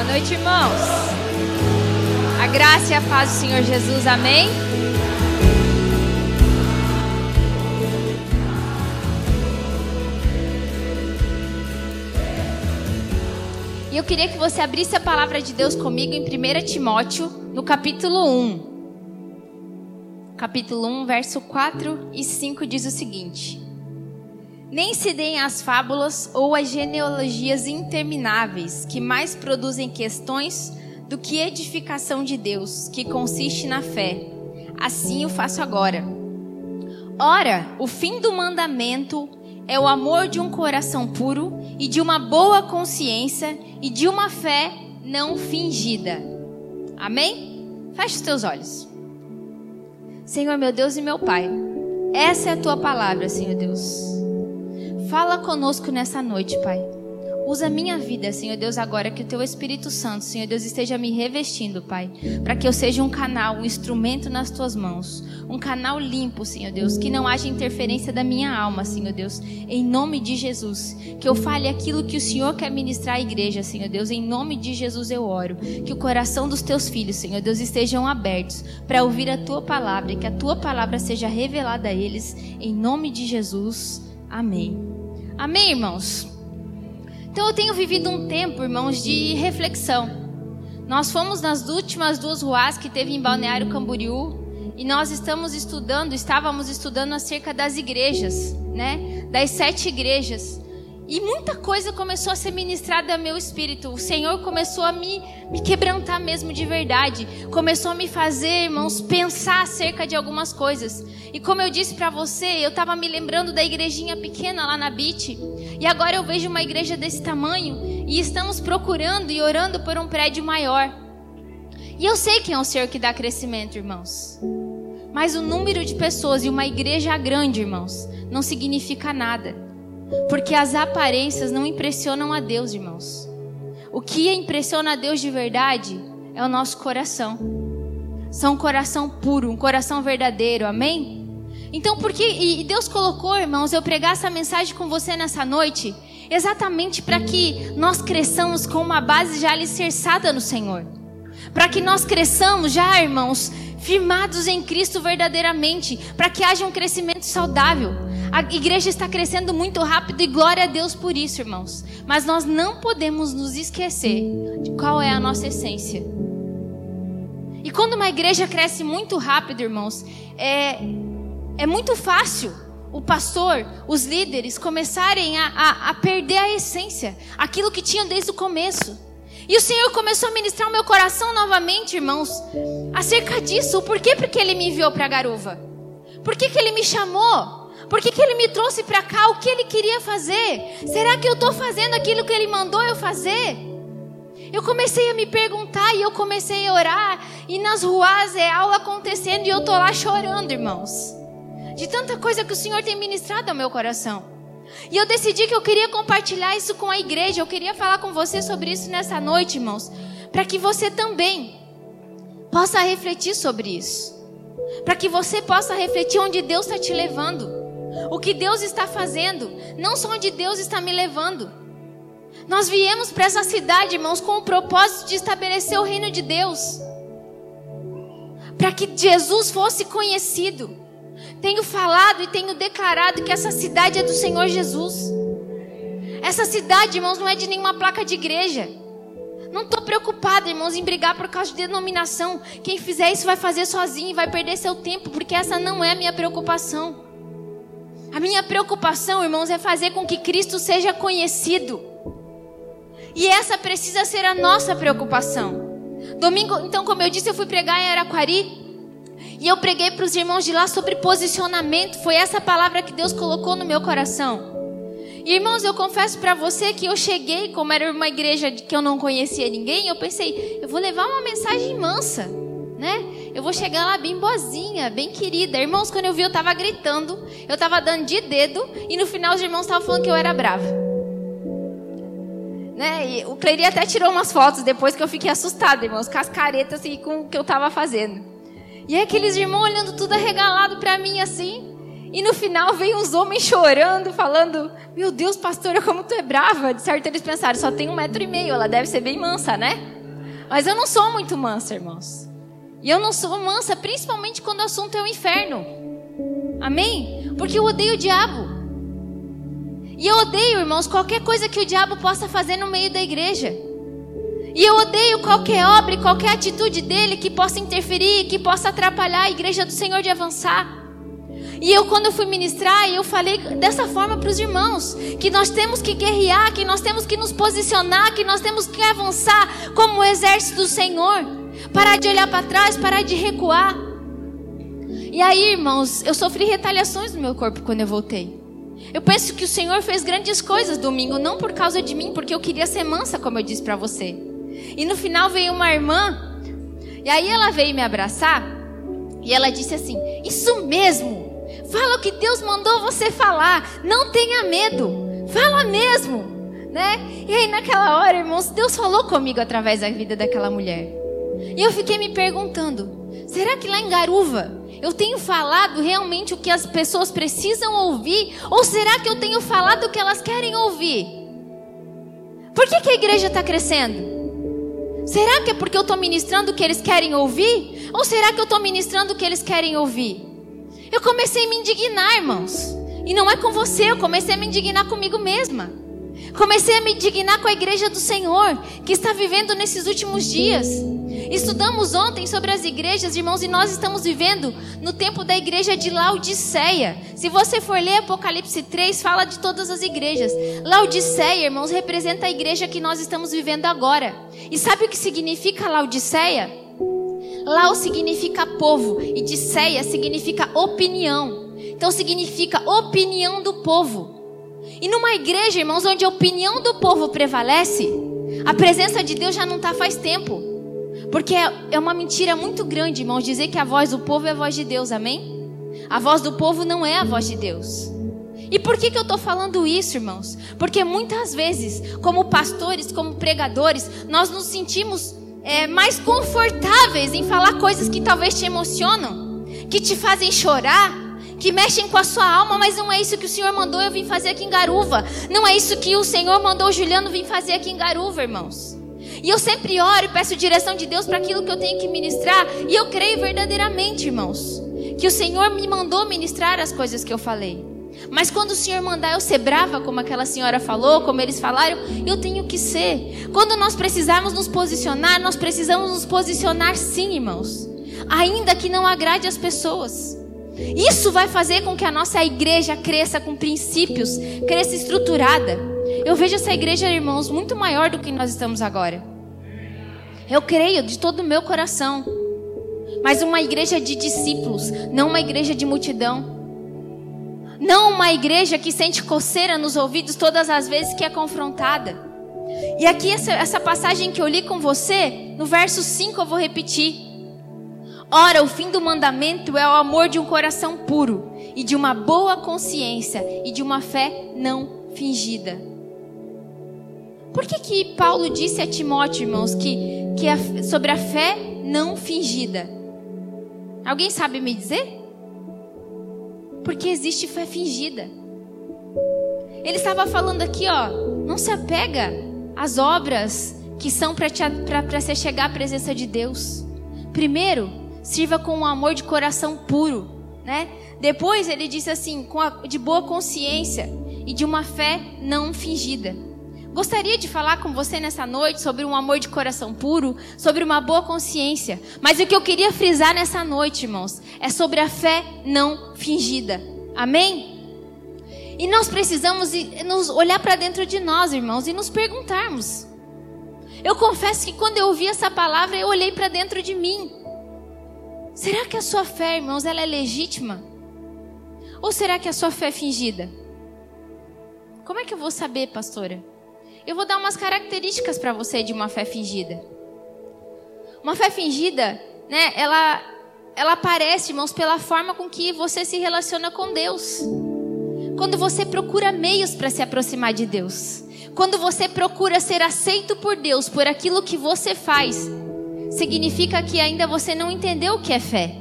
noite, irmãos. A graça e a paz do Senhor Jesus, amém? E eu queria que você abrisse a palavra de Deus comigo em 1 Timóteo, no capítulo 1. Capítulo 1, verso 4 e 5 diz o seguinte: Nem se deem as fábulas ou as genealogias intermináveis, que mais produzem questões do que edificação de Deus, que consiste na fé. Assim eu faço agora. Ora, o fim do mandamento é o amor de um coração puro e de uma boa consciência e de uma fé não fingida. Amém? Feche os teus olhos. Senhor, meu Deus e meu Pai, essa é a tua palavra, Senhor Deus. Fala conosco nessa noite, Pai. Usa a minha vida, Senhor Deus, agora que o Teu Espírito Santo, Senhor Deus, esteja me revestindo, Pai. Para que eu seja um canal, um instrumento nas Tuas mãos. Um canal limpo, Senhor Deus. Que não haja interferência da minha alma, Senhor Deus. Em nome de Jesus. Que eu fale aquilo que o Senhor quer ministrar à igreja, Senhor Deus. Em nome de Jesus eu oro. Que o coração dos Teus filhos, Senhor Deus, estejam abertos para ouvir a Tua palavra. E que a Tua palavra seja revelada a eles. Em nome de Jesus. Amém. Amém, irmãos? Então eu tenho vivido um tempo, irmãos, de reflexão. Nós fomos nas últimas 2 ruas que teve em Balneário Camboriú e nós estávamos estudando acerca das igrejas, né? Das 7 igrejas. E muita coisa começou a ser ministrada ao meu espírito. O Senhor começou a me quebrantar mesmo de verdade. Começou a me fazer, irmãos, pensar acerca de algumas coisas. E como eu disse para você, eu estava me lembrando da igrejinha pequena lá na Beach. E agora eu vejo uma igreja desse tamanho. E estamos procurando e orando por um prédio maior. E eu sei que é o Senhor que dá crescimento, irmãos. Mas o número de pessoas e uma igreja grande, irmãos, não significa nada. Porque as aparências não impressionam a Deus, irmãos. O que impressiona a Deus de verdade é o nosso coração. São um coração puro, um coração verdadeiro, amém? Então, e Deus colocou, irmãos, eu pregar essa mensagem com você nessa noite, exatamente para que nós cresçamos com uma base já alicerçada no Senhor. Para que nós cresçamos já, irmãos, firmados em Cristo verdadeiramente, para que haja um crescimento saudável. A igreja está crescendo muito rápido e glória a Deus por isso, irmãos. Mas nós não podemos nos esquecer de qual é a nossa essência. E quando uma igreja cresce muito rápido, irmãos, é muito fácil o pastor, os líderes começarem a perder a essência, aquilo que tinham desde o começo. E o Senhor começou a ministrar o meu coração novamente, irmãos, acerca disso. Por quê? Porque Ele me enviou para Garuva. Por que Ele me chamou? Por que Ele me trouxe para cá? O que Ele queria fazer? Será que eu estou fazendo aquilo que Ele mandou eu fazer? Eu comecei a me perguntar e eu comecei a orar. E nas ruas aula acontecendo e eu estou lá chorando, irmãos. De tanta coisa que o Senhor tem ministrado ao meu coração. E eu decidi que eu queria compartilhar isso com a igreja. Eu queria falar com você sobre isso nessa noite, irmãos. Para que você também possa refletir sobre isso. Para que você possa refletir onde Deus está te levando. O que Deus está fazendo. Não só onde Deus está me levando. Nós viemos para essa cidade, irmãos, com o propósito de estabelecer o reino de Deus. Para que Jesus fosse conhecido. Tenho falado e tenho declarado que essa cidade é do Senhor Jesus. Essa cidade, irmãos, não é de nenhuma placa de igreja. Não estou preocupada, irmãos, em brigar por causa de denominação. Quem fizer isso vai fazer sozinho e vai perder seu tempo, porque essa não é a minha preocupação. A minha preocupação, irmãos, é fazer com que Cristo seja conhecido. E essa precisa ser a nossa preocupação. Domingo, então, como eu disse, eu fui pregar em Araquari. E eu preguei para os irmãos de lá sobre posicionamento. Foi essa palavra que Deus colocou no meu coração. E irmãos, eu confesso para você que eu cheguei, como era uma igreja que eu não conhecia ninguém, eu pensei, eu vou levar uma mensagem mansa, né? Eu vou chegar lá bem boazinha, bem querida. Irmãos, quando eu vi, eu estava gritando, eu estava dando de dedo, e no final os irmãos estavam falando que eu era brava. Né? E o Cleiri até tirou umas fotos depois que eu fiquei assustada, irmãos, com as caretas assim, com o que eu estava fazendo. E aí aqueles irmãos olhando tudo arregalado para mim assim. E no final veio uns homens chorando, falando, meu Deus, pastora, como tu é brava. De certo eles pensaram, só tem 1,5 m, ela deve ser bem mansa, né? Mas eu não sou muito mansa, irmãos. E eu não sou mansa, principalmente quando o assunto é o inferno. Amém? Porque eu odeio o diabo. E eu odeio, irmãos, qualquer coisa que o diabo possa fazer no meio da igreja. E eu odeio qualquer obra e qualquer atitude dele que possa interferir, que possa atrapalhar a igreja do Senhor de avançar. E eu, quando eu fui ministrar, eu falei dessa forma para os irmãos, que nós temos que guerrear, que nós temos que nos posicionar, que nós temos que avançar como o exército do Senhor. Parar de olhar para trás, parar de recuar. E aí, irmãos, eu sofri retaliações no meu corpo quando eu voltei. Eu penso que o Senhor fez grandes coisas domingo, não por causa de mim, porque eu queria ser mansa, como eu disse para você. E no final veio uma irmã, e aí ela veio me abraçar, e ela disse assim: isso mesmo! Fala o que Deus mandou você falar. Não tenha medo. Fala mesmo, né? E aí naquela hora, irmãos, Deus falou comigo através da vida daquela mulher. E eu fiquei me perguntando: será que lá em Garuva eu tenho falado realmente o que as pessoas precisam ouvir? Ou será que eu tenho falado o que elas querem ouvir? Por que a igreja está crescendo? Será que é porque eu estou ministrando o que eles querem ouvir? Ou será que eu estou ministrando o que eles querem ouvir? Eu comecei a me indignar, irmãos. E não é com você, eu comecei a me indignar comigo mesma. Comecei a me indignar com a igreja do Senhor, que está vivendo nesses últimos dias. Estudamos ontem sobre as igrejas, irmãos, e nós estamos vivendo no tempo da igreja de Laodiceia. Se você for ler Apocalipse 3, fala de todas as igrejas. Laodiceia, irmãos, representa a igreja que nós estamos vivendo agora. E sabe o que significa Laodiceia? Lau significa povo e Diceia significa opinião. Então significa opinião do povo. E numa igreja, irmãos, onde a opinião do povo prevalece, a presença de Deus já não está faz tempo. Porque é uma mentira muito grande, irmãos, dizer que a voz do povo é a voz de Deus, amém? A voz do povo não é a voz de Deus. E por que eu estou falando isso, irmãos? Porque muitas vezes, como pastores, como pregadores, nós nos sentimos mais confortáveis em falar coisas que talvez te emocionam, que te fazem chorar, que mexem com a sua alma, mas não é isso que o Senhor mandou eu vim fazer aqui em Garuva. Não é isso que o Senhor mandou o Juliano vir fazer aqui em Garuva, irmãos. E eu sempre oro e peço direção de Deus para aquilo que eu tenho que ministrar. E eu creio verdadeiramente, irmãos, que o Senhor me mandou ministrar as coisas que eu falei. Mas quando o Senhor mandar eu ser brava, como aquela senhora falou, como eles falaram, eu tenho que ser. Quando nós precisarmos nos posicionar, nós precisamos nos posicionar sim, irmãos. Ainda que não agrade as pessoas. Isso vai fazer com que a nossa igreja cresça com princípios, cresça estruturada. Eu vejo essa igreja, irmãos, muito maior do que nós estamos agora. Eu creio de todo o meu coração. Mas uma igreja de discípulos, não uma igreja de multidão. Não uma igreja que sente coceira nos ouvidos todas as vezes que é confrontada. E aqui essa passagem que eu li com você, no verso 5 eu vou repetir. Ora, o fim do mandamento é o amor de um coração puro e de uma boa consciência e de uma fé não fingida. Por que Paulo disse a Timóteo, irmãos, que é sobre a fé não fingida? Alguém sabe me dizer? Porque existe fé fingida. Ele estava falando aqui, ó, não se apega às obras que são para você chegar à presença de Deus. Primeiro, sirva com um amor de coração puro, né? Depois ele disse assim, de boa consciência e de uma fé não fingida. Gostaria de falar com você nessa noite sobre um amor de coração puro, sobre uma boa consciência. Mas o que eu queria frisar nessa noite, irmãos, é sobre a fé não fingida. Amém? E nós precisamos nos olhar para dentro de nós, irmãos, e nos perguntarmos. Eu confesso que quando eu ouvi essa palavra, eu olhei para dentro de mim. Será que a sua fé, irmãos, ela é legítima? Ou será que a sua fé é fingida? Como é que eu vou saber, pastora? Eu vou dar umas características para você de uma fé fingida. Uma fé fingida, né? Ela aparece, irmãos, pela forma com que você se relaciona com Deus. Quando você procura meios para se aproximar de Deus. Quando você procura ser aceito por Deus por aquilo que você faz, significa que ainda você não entendeu o que é fé.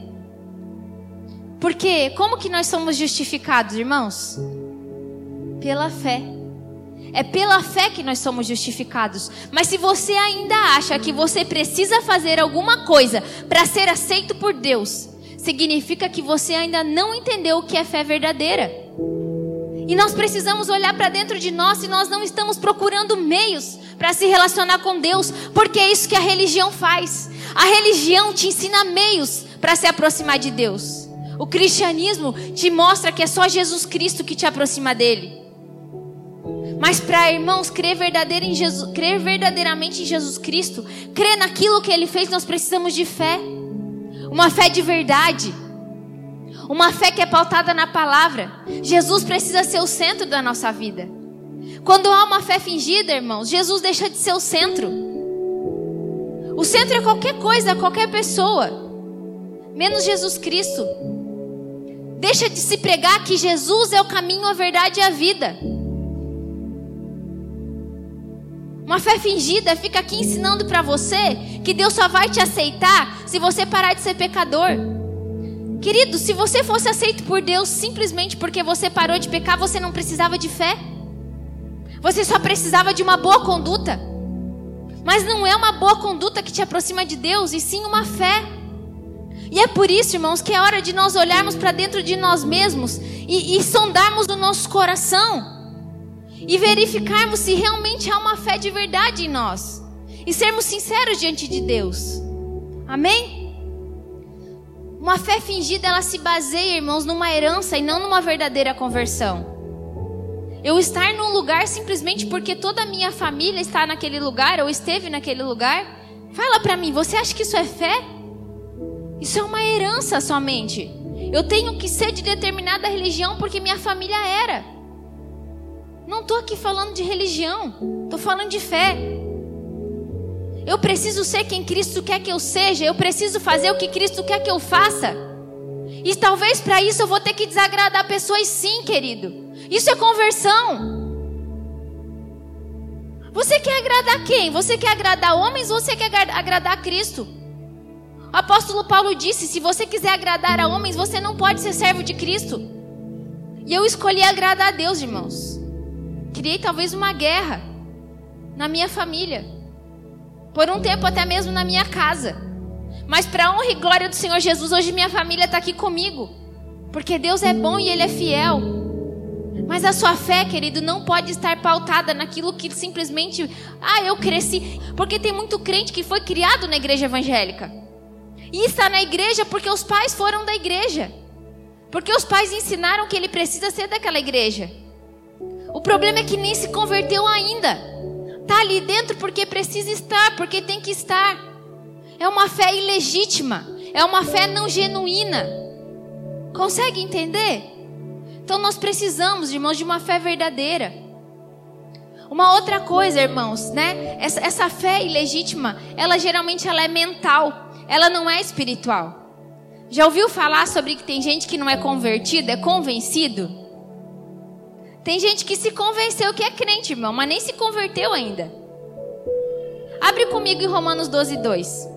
Porque como que nós somos justificados, irmãos? Pela fé. É pela fé que nós somos justificados. Mas se você ainda acha que você precisa fazer alguma coisa para ser aceito por Deus, significa que você ainda não entendeu o que é fé verdadeira. E nós precisamos olhar para dentro de nós se nós não estamos procurando meios para se relacionar com Deus, porque é isso que a religião faz. A religião te ensina meios para se aproximar de Deus. O cristianismo te mostra que é só Jesus Cristo que te aproxima dele. Mas para, irmãos, crer verdadeiramente em Jesus Cristo, crer naquilo que Ele fez, nós precisamos de fé. Uma fé de verdade. Uma fé que é pautada na palavra. Jesus precisa ser o centro da nossa vida. Quando há uma fé fingida, irmãos, Jesus deixa de ser o centro. O centro é qualquer coisa, qualquer pessoa, menos Jesus Cristo. Deixa de se pregar que Jesus é o caminho, a verdade e a vida. Uma fé fingida fica aqui ensinando para você que Deus só vai te aceitar se você parar de ser pecador. Querido, se você fosse aceito por Deus simplesmente porque você parou de pecar, você não precisava de fé. Você só precisava de uma boa conduta. Mas não é uma boa conduta que te aproxima de Deus, e sim uma fé. E é por isso, irmãos, que é hora de nós olharmos para dentro de nós mesmos e sondarmos o nosso coração. E verificarmos se realmente há uma fé de verdade em nós. E sermos sinceros diante de Deus. Amém? Uma fé fingida, ela se baseia, irmãos, numa herança e não numa verdadeira conversão. Eu estar num lugar simplesmente porque toda a minha família está naquele lugar ou esteve naquele lugar. Fala para mim, você acha que isso é fé? Isso é uma herança somente. Eu tenho que ser de determinada religião porque minha família era. Não estou aqui falando de religião, estou falando de fé. Eu preciso ser quem Cristo quer que eu seja. Eu preciso fazer o que Cristo quer que eu faça. E talvez para isso eu vou ter que desagradar pessoas, sim, querido. Isso é conversão. Você quer agradar quem? Você quer agradar homens ou você quer agradar a Cristo? O apóstolo Paulo disse, se você quiser agradar a homens, você não pode ser servo de Cristo. E eu escolhi agradar a Deus, irmãos. Criei talvez uma guerra na minha família. Por um tempo até mesmo na minha casa. Mas para a honra e glória do Senhor Jesus, hoje minha família está aqui comigo. Porque Deus é bom e Ele é fiel. Mas a sua fé, querido, não pode estar pautada naquilo que simplesmente... eu cresci. Porque tem muito crente que foi criado na igreja evangélica. E está na igreja porque os pais foram da igreja. Porque os pais ensinaram que ele precisa ser daquela igreja. O problema é que nem se converteu ainda. Está ali dentro porque precisa estar, porque tem que estar. É uma fé ilegítima. É uma fé não genuína. Consegue entender? Então nós precisamos, irmãos, de uma fé verdadeira. Uma outra coisa, irmãos, né? Essa fé ilegítima, ela geralmente é mental. Ela não é espiritual. Já ouviu falar sobre que tem gente que não é convertido, é convencido? Tem gente que se convenceu que é crente, irmão, mas nem se converteu ainda. Abre comigo em Romanos 12:2.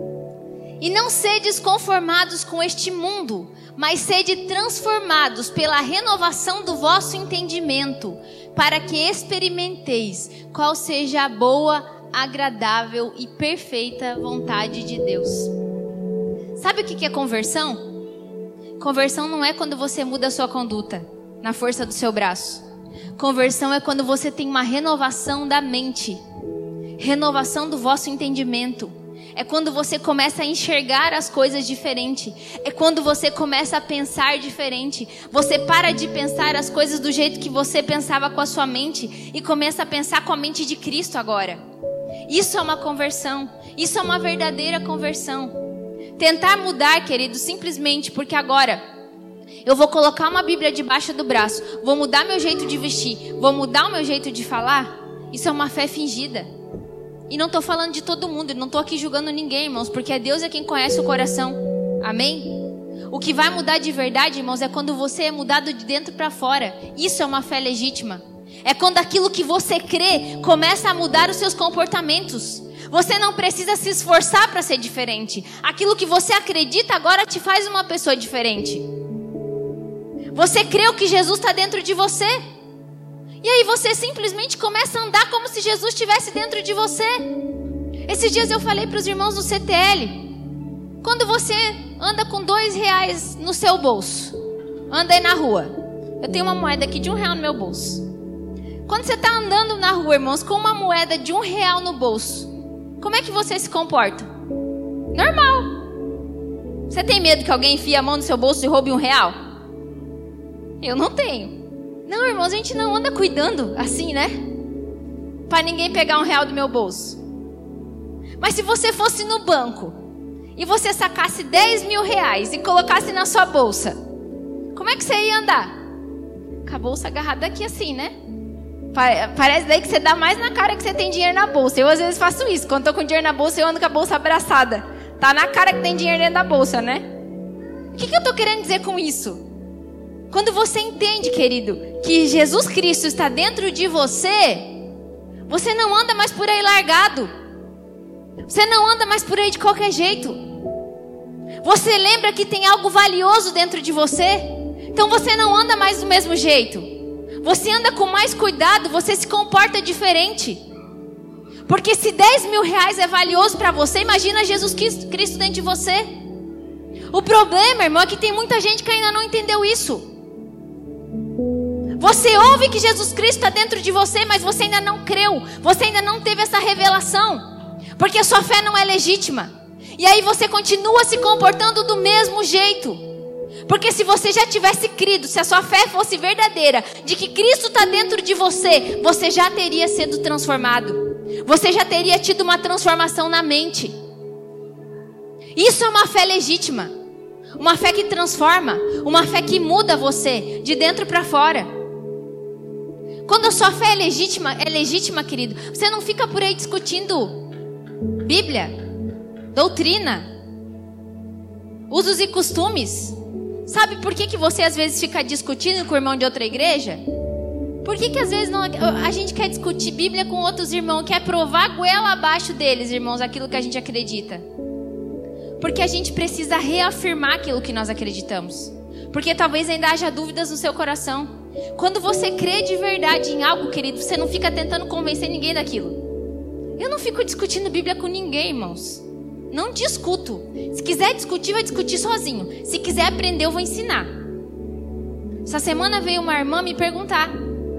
E não sedes conformados com este mundo, mas sede transformados pela renovação do vosso entendimento, para que experimenteis qual seja a boa, agradável e perfeita vontade de Deus. Sabe o que é conversão? Conversão não é quando você muda a sua conduta na força do seu braço. Conversão é quando você tem uma renovação da mente, renovação do vosso entendimento. É quando você começa a enxergar as coisas diferente. É quando você começa a pensar diferente. Você para de pensar as coisas do jeito que você pensava com a sua mente e começa a pensar com a mente de Cristo agora. Isso é uma conversão. Isso é uma verdadeira conversão. Tentar mudar, querido, simplesmente porque agora eu vou colocar uma Bíblia debaixo do braço, vou mudar meu jeito de vestir, vou mudar o meu jeito de falar. Isso é uma fé fingida. E não estou falando de todo mundo, não estou aqui julgando ninguém, irmãos, porque Deus é quem conhece o coração. Amém? O que vai mudar de verdade, irmãos, é quando você é mudado de dentro para fora. Isso é uma fé legítima. É quando aquilo que você crê começa a mudar os seus comportamentos. Você não precisa se esforçar para ser diferente. Aquilo que você acredita agora te faz uma pessoa diferente. Você creu que Jesus está dentro de você. E aí você simplesmente começa a andar como se Jesus estivesse dentro de você. Esses dias eu falei para os irmãos do CTL. Quando você anda com R$2 no seu bolso, anda aí na rua. Eu tenho uma moeda aqui de R$1 no meu bolso. Quando você está andando na rua, irmãos, com uma moeda de R$1 no bolso, como é que você se comporta? Normal. Você tem medo que alguém enfie a mão no seu bolso e roube R$1? Eu não tenho. Não, irmãos, a gente não anda cuidando assim, né? Para ninguém pegar R$1 do meu bolso. Mas se você fosse no banco e você sacasse R$10.000 e colocasse na sua bolsa, como é que você ia andar? Com a bolsa agarrada aqui assim, né? Parece daí que você dá mais na cara que você tem dinheiro na bolsa. Eu às vezes faço isso. Quando tô com dinheiro na bolsa, eu ando com a bolsa abraçada. Tá na cara que tem dinheiro dentro da bolsa, né? O que eu tô querendo dizer com isso? Quando você entende, querido, que Jesus Cristo está dentro de você, você não anda mais por aí largado. Você não anda mais por aí de qualquer jeito. Você lembra que tem algo valioso dentro de você? Então você não anda mais do mesmo jeito. Você anda com mais cuidado, você se comporta diferente. Porque se R$10.000 é valioso para você, imagina Jesus Cristo dentro de você. O problema, irmão, é que tem muita gente que ainda não entendeu isso. Você ouve que Jesus Cristo está dentro de você, mas você ainda não creu. Você ainda não teve essa revelação. Porque a sua fé não é legítima. E aí você continua se comportando do mesmo jeito. Porque se você já tivesse crido, se a sua fé fosse verdadeira, de que Cristo está dentro de você, você já teria sido transformado. Você já teria tido uma transformação na mente. Isso é uma fé legítima. Uma fé que transforma. Uma fé que muda você de dentro para fora. Quando a sua fé é legítima, querido, você não fica por aí discutindo Bíblia, doutrina, usos e costumes. Sabe por que você às vezes fica discutindo com o irmão de outra igreja? Por que às vezes a gente quer discutir Bíblia com outros irmãos, quer provar a goela abaixo deles, irmãos, aquilo que a gente acredita? Porque a gente precisa reafirmar aquilo que nós acreditamos. Porque talvez ainda haja dúvidas no seu coração. Quando você crê de verdade em algo, querido, você não fica tentando convencer ninguém daquilo. Eu não fico discutindo Bíblia com ninguém, irmãos. Não discuto. Se quiser discutir, vai discutir sozinho. Se quiser aprender, eu vou ensinar. Essa semana veio uma irmã me perguntar: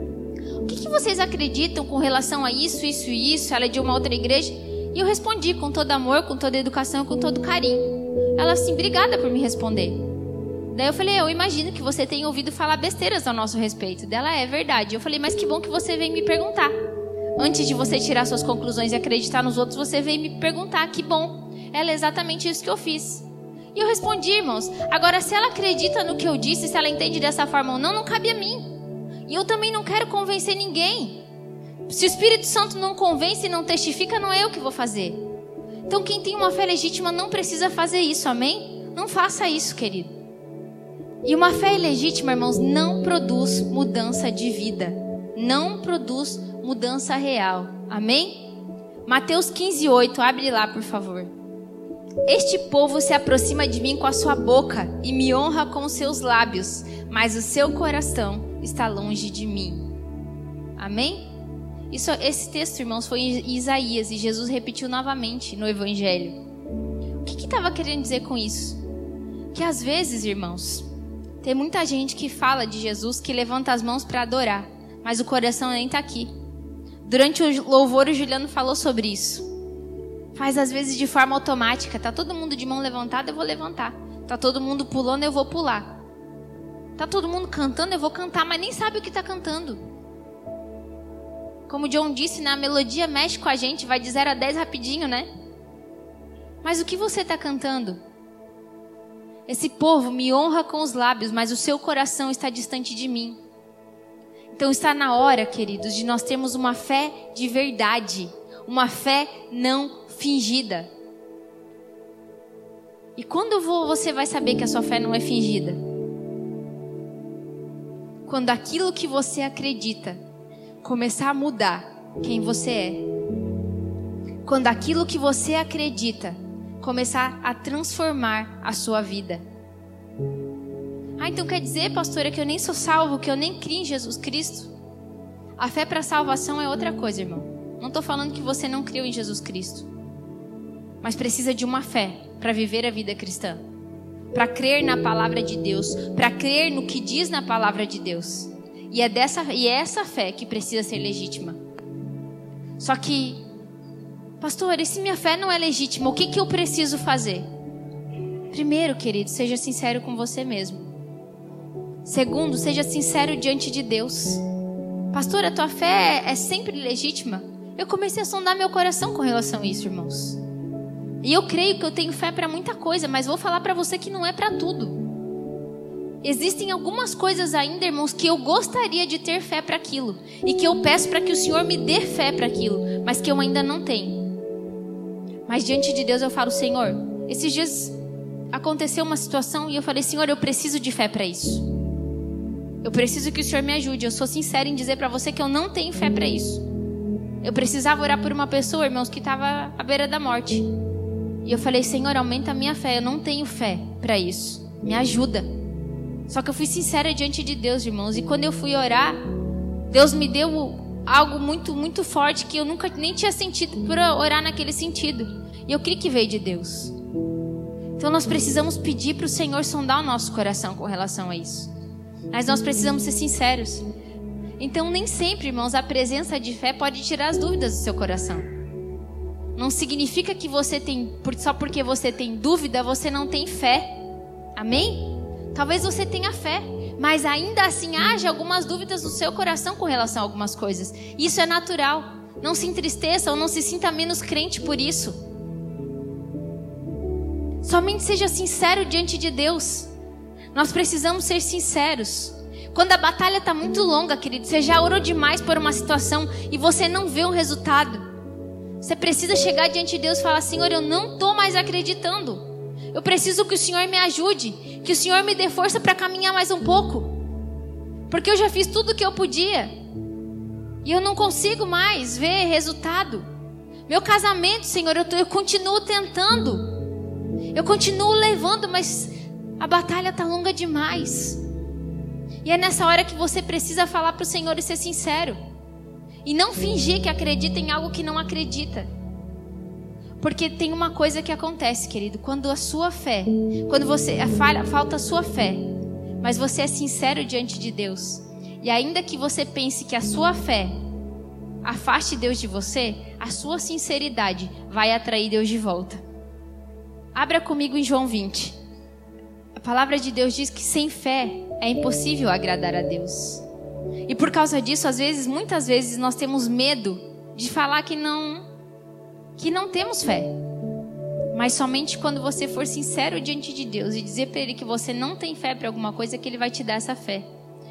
o que vocês acreditam com relação a isso, isso e isso? Ela é de uma outra igreja. E eu respondi com todo amor, com toda educação, com todo carinho. Ela assim, obrigada por me responder. Daí eu falei, eu imagino que você tenha ouvido falar besteiras ao nosso respeito. Dela, é verdade. Eu falei, mas que bom que você veio me perguntar. Antes de você tirar suas conclusões e acreditar nos outros, você veio me perguntar, que bom. Ela, é exatamente isso que eu fiz. E eu respondi, irmãos, agora se ela acredita no que eu disse, se ela entende dessa forma ou não, não cabe a mim. E eu também não quero convencer ninguém. Se o Espírito Santo não convence e não testifica, não é eu que vou fazer. Então quem tem uma fé legítima não precisa fazer isso, amém? Não faça isso, querido. E uma fé ilegítima, irmãos, não produz mudança de vida. Não produz mudança real, amém? Mateus 15:8, abre lá, por favor. Este povo se aproxima de mim com a sua boca e me honra com os seus lábios, mas o seu coração está longe de mim. Amém? Esse texto, irmãos, foi em Isaías e Jesus repetiu novamente no Evangelho. O que estava querendo dizer com isso? Que às vezes, irmãos, tem muita gente que fala de Jesus, que levanta as mãos para adorar, mas o coração nem está aqui. Durante o louvor, o Juliano falou sobre isso. Faz às vezes de forma automática. Tá todo mundo de mão levantada, eu vou levantar. Tá todo mundo pulando, eu vou pular. Tá todo mundo cantando, eu vou cantar, mas nem sabe o que está cantando. Como o John disse, a melodia mexe com a gente, vai de 0 a 10 rapidinho, né? Mas o que você está cantando? Esse povo me honra com os lábios, mas o seu coração está distante de mim. Então está na hora, queridos, de nós termos uma fé de verdade. Uma fé não fingida. E quando você vai saber que a sua fé não é fingida? Quando aquilo que você acredita começar a mudar quem você é. Quando aquilo que você acredita começar a transformar a sua vida. Então quer dizer, pastora, que eu nem sou salvo, que eu nem crio em Jesus Cristo? A fé para salvação é outra coisa, irmão. Não estou falando que você não creu em Jesus Cristo. Mas precisa de uma fé para viver a vida cristã. Para crer na palavra de Deus. Para crer no que diz na palavra de Deus. E é essa fé que precisa ser legítima. Só que, pastor, e se minha fé não é legítima, o que eu preciso fazer? Primeiro, querido, seja sincero com você mesmo. Segundo, seja sincero diante de Deus. Pastor, a tua fé é sempre legítima? Eu comecei a sondar meu coração com relação a isso, irmãos. E eu creio que eu tenho fé para muita coisa, mas vou falar para você que não é para tudo. Existem algumas coisas ainda, irmãos, que eu gostaria de ter fé para aquilo. E que eu peço para que o Senhor me dê fé para aquilo, mas que eu ainda não tenho. Mas diante de Deus eu falo, Senhor, esses dias aconteceu uma situação e eu falei, Senhor, eu preciso de fé para isso. Eu preciso que o Senhor me ajude. Eu sou sincera em dizer para você que eu não tenho fé para isso. Eu precisava orar por uma pessoa, irmãos, que estava à beira da morte. E eu falei, Senhor, aumenta a minha fé. Eu não tenho fé para isso. Me ajuda. Só que eu fui sincera diante de Deus, irmãos. E quando eu fui orar, Deus me deu algo muito, muito forte que eu nunca nem tinha sentido por orar naquele sentido. E eu creio que veio de Deus. Então nós precisamos pedir para o Senhor sondar o nosso coração com relação a isso. Mas nós precisamos ser sinceros. Então nem sempre, irmãos, a presença de fé pode tirar as dúvidas do seu coração. Não significa que você tem, só porque você tem dúvida, você não tem fé. Amém? Talvez você tenha fé, mas ainda assim haja algumas dúvidas no seu coração com relação a algumas coisas. Isso é natural. Não se entristeça ou não se sinta menos crente por isso. Somente seja sincero diante de Deus. Nós precisamos ser sinceros. Quando a batalha está muito longa, querido, você já orou demais por uma situação e você não vê um resultado. Você precisa chegar diante de Deus e falar, Senhor, eu não estou mais acreditando. Eu preciso que o Senhor me ajude, que o Senhor me dê força para caminhar mais um pouco. Porque eu já fiz tudo o que eu podia. E eu não consigo mais ver resultado. Meu casamento, Senhor, eu continuo tentando. Eu continuo levando, mas a batalha está longa demais. E é nessa hora que você precisa falar para o Senhor e ser sincero. E não fingir que acredita em algo que não acredita. Porque tem uma coisa que acontece, querido. Quando a sua fé, quando você falta a sua fé, mas você é sincero diante de Deus, e ainda que você pense que a sua fé afaste Deus de você, a sua sinceridade vai atrair Deus de volta. Abra comigo em João 20. A palavra de Deus diz que sem fé é impossível agradar a Deus. E por causa disso, muitas vezes nós temos medo de falar que não temos fé. Mas somente quando você for sincero diante de Deus e dizer para Ele que você não tem fé para alguma coisa, que Ele vai te dar essa fé.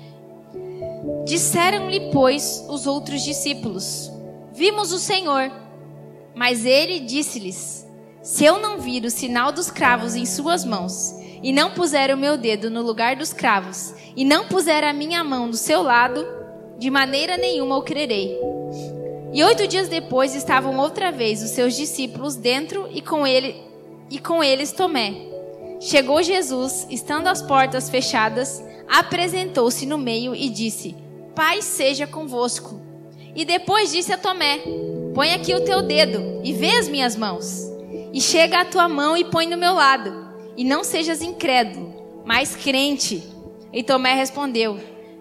Disseram-lhe, pois, os outros discípulos: vimos o Senhor. Mas Ele disse-lhes: se eu não vir o sinal dos cravos em suas mãos, e não puser o meu dedo no lugar dos cravos, e não puser a minha mão do seu lado, de maneira nenhuma eu crerei. E 8 dias depois estavam outra vez os seus discípulos dentro e com eles Tomé. Chegou Jesus, estando as portas fechadas, apresentou-se no meio e disse: paz seja convosco. E depois disse a Tomé: põe aqui o teu dedo e vê as minhas mãos. E chega a tua mão e põe no meu lado. E não sejas incrédulo, mas crente. E Tomé respondeu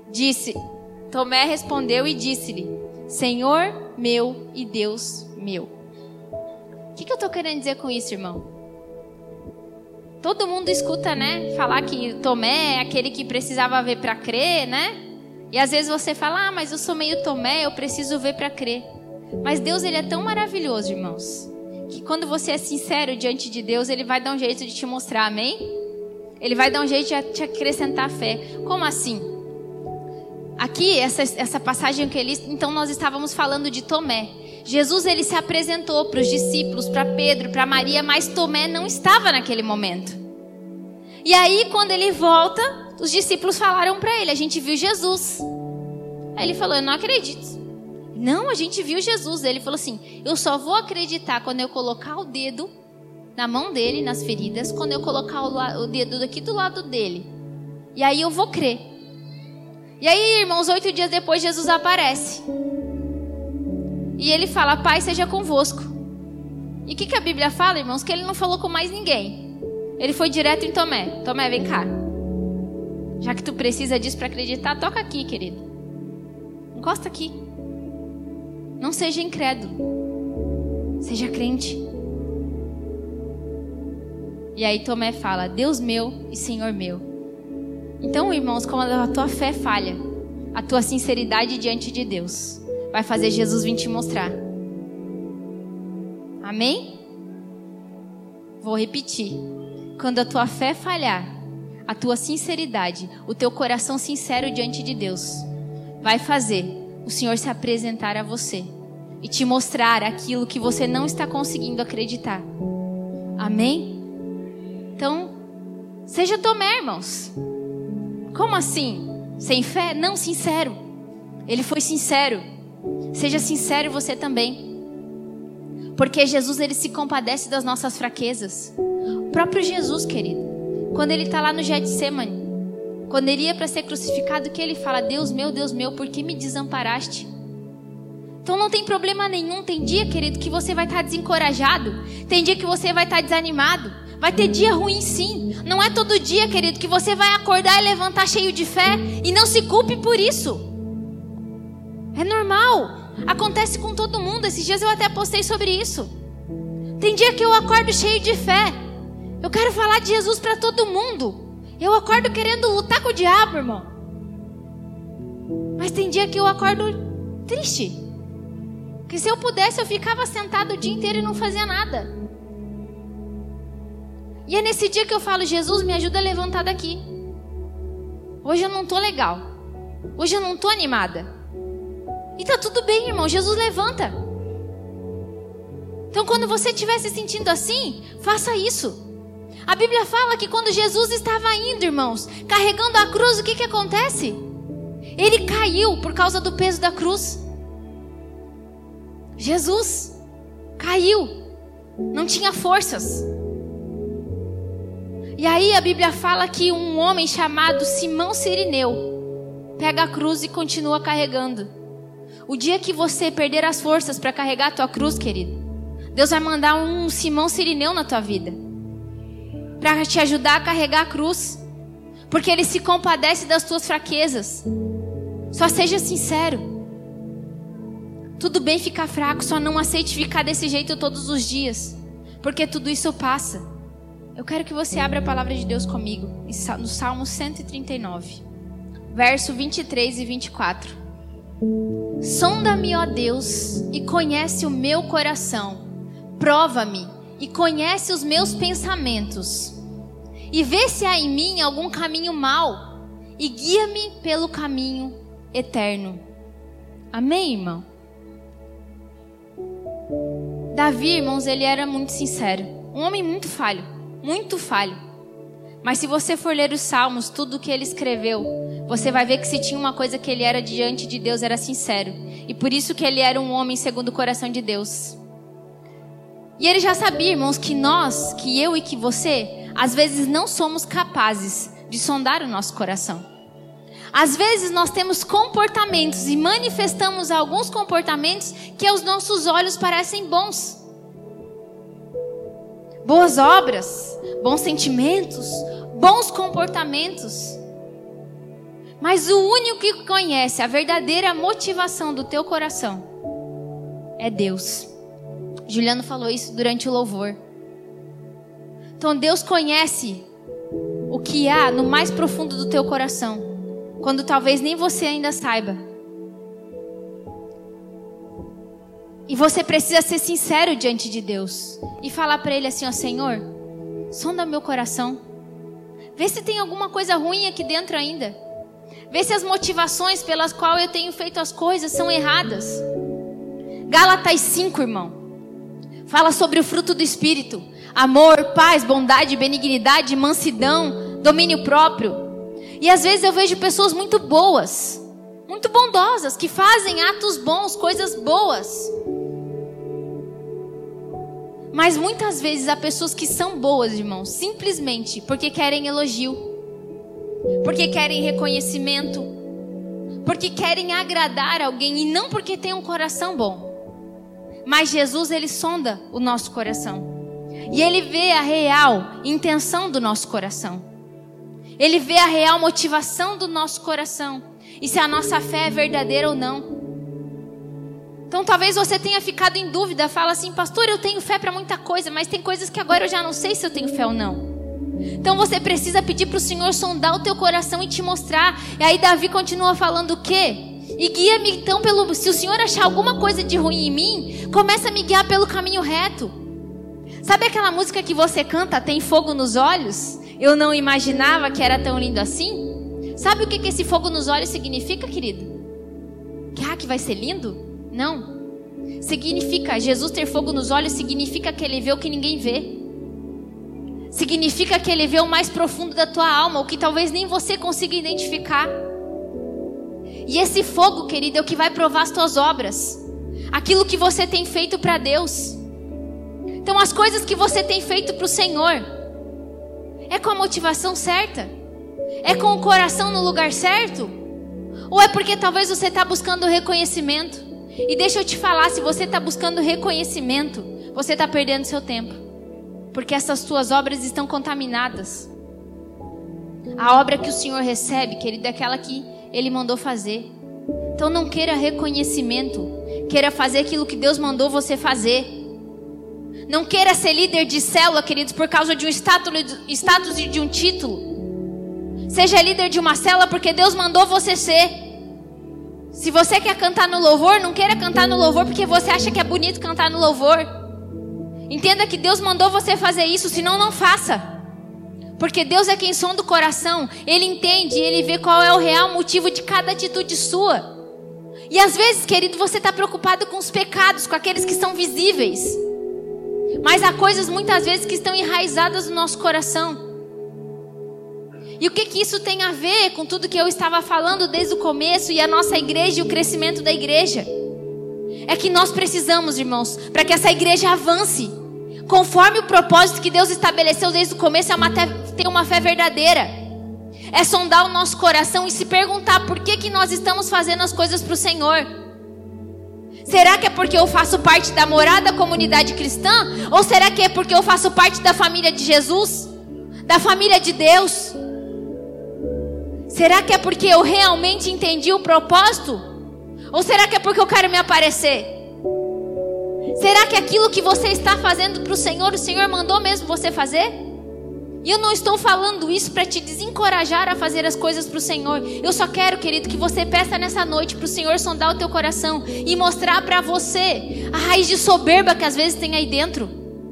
e disse-lhe: Senhor meu e Deus meu. O que eu estou querendo dizer com isso, irmão? Todo mundo escuta, né? Falar que Tomé é aquele que precisava ver para crer, né? E às vezes você fala: mas eu sou meio Tomé, eu preciso ver para crer. Mas Deus, Ele é tão maravilhoso, irmãos, que quando você é sincero diante de Deus, Ele vai dar um jeito de te mostrar, amém? Ele vai dar um jeito de te acrescentar fé. Como assim? Aqui, essa passagem que ele... Então nós estávamos falando de Tomé. Jesus, Ele se apresentou para os discípulos, para Pedro, para Maria, mas Tomé não estava naquele momento. E aí, quando Ele volta, os discípulos falaram para Ele: a gente viu Jesus. Aí Ele falou: eu não acredito. Não, a gente viu Jesus. Ele falou assim: eu só vou acreditar quando eu colocar o dedo na mão dele, nas feridas, quando eu colocar o dedo aqui do lado dele. E aí eu vou crer. E aí, irmãos, 8 dias depois, Jesus aparece. E ele fala, Pai seja convosco. E o que a Bíblia fala, irmãos? Que ele não falou com mais ninguém. Ele foi direto em Tomé. Tomé, vem cá. Já que tu precisa disso para acreditar, toca aqui, querido. Encosta aqui. Não seja incrédulo. Seja crente. E aí Tomé fala, Deus meu e Senhor meu. Então, irmãos, como a tua fé falha, a tua sinceridade diante de Deus vai fazer Jesus vir te mostrar. Amém? Vou repetir. Quando a tua fé falhar, a tua sinceridade, o teu coração sincero diante de Deus, vai fazer o Senhor se apresentar a você e te mostrar aquilo que você não está conseguindo acreditar. Amém? Então, seja Tomé, irmãos. Como assim? Sem fé? Não, sincero. Ele foi sincero. Seja sincero você também. Porque Jesus, ele se compadece das nossas fraquezas. O próprio Jesus, querido, quando ele está lá no Getsemane, quando ele ia para ser crucificado, que ele fala, Deus meu, por que me desamparaste? Então não tem problema nenhum. Tem dia, querido, que você vai estar desencorajado. Tem dia que você vai estar desanimado. Vai ter dia ruim, sim. Não é todo dia, querido, que você vai acordar e levantar cheio de fé. E não se culpe por isso. É normal. Acontece com todo mundo. Esses dias eu até postei sobre isso. Tem dia que eu acordo cheio de fé. Eu quero falar de Jesus para todo mundo. Eu acordo querendo lutar com o diabo, irmão. Mas tem dia que eu acordo triste. Que se eu pudesse, eu ficava sentado o dia inteiro e não fazia nada. E é nesse dia que eu falo, Jesus, me ajuda a levantar daqui. Hoje eu não tô legal. Hoje eu não tô animada. E tá tudo bem, irmão. Jesus levanta. Então quando você estiver se sentindo assim, faça isso. A Bíblia fala que quando Jesus estava indo, irmãos, carregando a cruz, o que acontece? Ele caiu por causa do peso da cruz. Jesus caiu. Não tinha forças. E aí a Bíblia fala que um homem chamado Simão Cirineu pega a cruz e continua carregando. O dia que você perder as forças para carregar a tua cruz, querido, Deus vai mandar um Simão Cirineu na tua vida para te ajudar a carregar a cruz, porque ele se compadece das tuas fraquezas. Só seja sincero. Tudo bem ficar fraco, só não aceite ficar desse jeito todos os dias, porque tudo isso passa. Eu quero que você abra a palavra de Deus comigo, no Salmo 139, verso 23 e 24. Sonda-me, ó Deus, e conhece o meu coração. Prova-me e conhece os meus pensamentos. E vê se há em mim algum caminho mau, e guia-me pelo caminho eterno. Amém, irmão? Davi, irmãos, ele era muito sincero. Um homem muito falho. Muito falho. Mas se você for ler os Salmos, tudo que ele escreveu, você vai ver que se tinha uma coisa que ele era diante de Deus, era sincero. E por isso que ele era um homem segundo o coração de Deus. E ele já sabia, irmãos, que nós, que eu e que você, às vezes não somos capazes de sondar o nosso coração. Às vezes nós temos comportamentos e manifestamos alguns comportamentos que aos nossos olhos parecem bons. Boas obras, bons sentimentos, bons comportamentos. Mas o único que conhece a verdadeira motivação do teu coração é Deus. Juliano falou isso durante o louvor. Então Deus conhece o que há no mais profundo do teu coração, quando talvez nem você ainda saiba. E você precisa ser sincero diante de Deus e falar para Ele assim, ó, Senhor, sonda meu coração. Vê se tem alguma coisa ruim aqui dentro ainda. Vê se as motivações pelas quais eu tenho feito as coisas são erradas. Gálatas 5, irmão, fala sobre o fruto do Espírito. Amor, paz, bondade, benignidade, mansidão, domínio próprio. E às vezes eu vejo pessoas muito boas, muito bondosas, que fazem atos bons, coisas boas. Mas muitas vezes há pessoas que são boas, irmãos, simplesmente porque querem elogio, porque querem reconhecimento, porque querem agradar alguém e não porque têm um coração bom. Mas Jesus, ele sonda o nosso coração. E ele vê a real intenção do nosso coração. Ele vê a real motivação do nosso coração. E se a nossa fé é verdadeira ou não. Então talvez você tenha ficado em dúvida. Fala assim, pastor, eu tenho fé para muita coisa, mas tem coisas que agora eu já não sei se eu tenho fé ou não. Então você precisa pedir para o Senhor sondar o teu coração e te mostrar. E aí Davi continua falando o quê? E guia-me então pelo... Se o Senhor achar alguma coisa de ruim em mim, começa a me guiar pelo caminho reto. Sabe aquela música que você canta, Tem Fogo nos Olhos? Eu não imaginava que era tão lindo assim. Sabe o que esse fogo nos olhos significa, querido? Que vai ser lindo? Não. Significa, Jesus ter fogo nos olhos significa que ele vê o que ninguém vê. Significa que ele vê o mais profundo da tua alma, o que talvez nem você consiga identificar. E esse fogo, querido, é o que vai provar as tuas obras. Aquilo que você tem feito para Deus. Então as coisas que você tem feito para o Senhor, é com a motivação certa? É com o coração no lugar certo? Ou é porque talvez você está buscando reconhecimento? E deixa eu te falar, se você está buscando reconhecimento, você está perdendo seu tempo. Porque essas tuas obras estão contaminadas. A obra que o Senhor recebe, querido, é aquela que Ele mandou fazer. Então não queira reconhecimento. Queira fazer aquilo que Deus mandou você fazer. Não queira ser líder de célula, queridos, por causa de um status e de um título. Seja líder de uma célula porque Deus mandou você ser. Se você quer cantar no louvor, não queira cantar no louvor porque você acha que é bonito cantar no louvor. Entenda que Deus mandou você fazer isso, senão não faça. Porque Deus é quem sonda o coração. Ele entende, Ele vê qual é o real motivo de cada atitude sua. E às vezes, querido, você está preocupado com os pecados, com aqueles que são visíveis. Mas há coisas muitas vezes que estão enraizadas no nosso coração. E o que isso tem a ver com tudo que eu estava falando desde o começo e a nossa igreja e o crescimento da igreja? É que nós precisamos, irmãos, para que essa igreja avance conforme o propósito que Deus estabeleceu desde o começo, ter uma fé verdadeira. É sondar o nosso coração e se perguntar por que nós estamos fazendo as coisas para o Senhor. Será que é porque eu faço parte da morada comunidade cristã? Ou será que é porque eu faço parte da família de Jesus? Da família de Deus? Será que é porque eu realmente entendi o propósito? Ou será que é porque eu quero me aparecer? Será que aquilo que você está fazendo para o Senhor mandou mesmo você fazer? E eu não estou falando isso para te desencorajar a fazer as coisas para o Senhor. Eu só quero, querido, que você peça nessa noite para o Senhor sondar o teu coração e mostrar para você a raiz de soberba que às vezes tem aí dentro.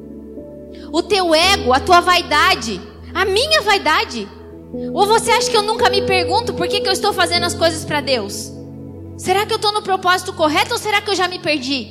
O teu ego, a tua vaidade, a minha vaidade. Ou você acha que eu nunca me pergunto por que eu estou fazendo as coisas para Deus? Será que eu estou no propósito correto ou será que eu já me perdi?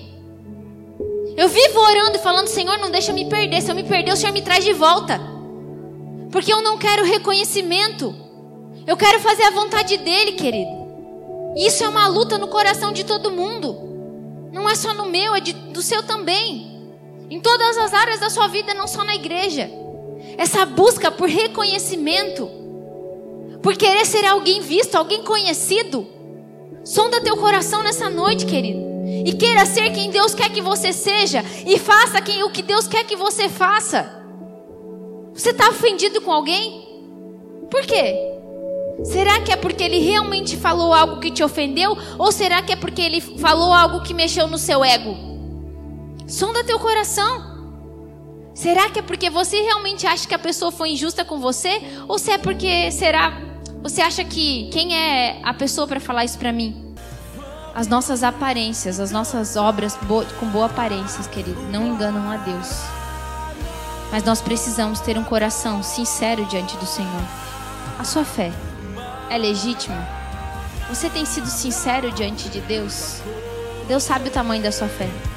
Eu vivo orando e falando, Senhor, não deixa eu me perder. Se eu me perder, o Senhor me traz de volta. Porque eu não quero reconhecimento. Eu quero fazer a vontade dEle, querido. Isso é uma luta no coração de todo mundo. Não é só no meu, é do seu também. Em todas as áreas da sua vida, não só na igreja. Essa busca por reconhecimento, por querer ser alguém visto, alguém conhecido. Sonda teu coração nessa noite, querido. E queira ser quem Deus quer que você seja. E faça o que Deus quer que você faça. Você está ofendido com alguém? Por quê? Será que é porque ele realmente falou algo que te ofendeu? Ou será que é porque ele falou algo que mexeu no seu ego? Sonda teu coração. Será que é porque você realmente acha que a pessoa foi injusta com você? Ou se é porque, você acha que quem é a pessoa para falar isso para mim? As nossas aparências, as nossas obras com boa aparência, querido, não enganam a Deus. Mas nós precisamos ter um coração sincero diante do Senhor. A sua fé é legítima? Você tem sido sincero diante de Deus? Deus sabe o tamanho da sua fé.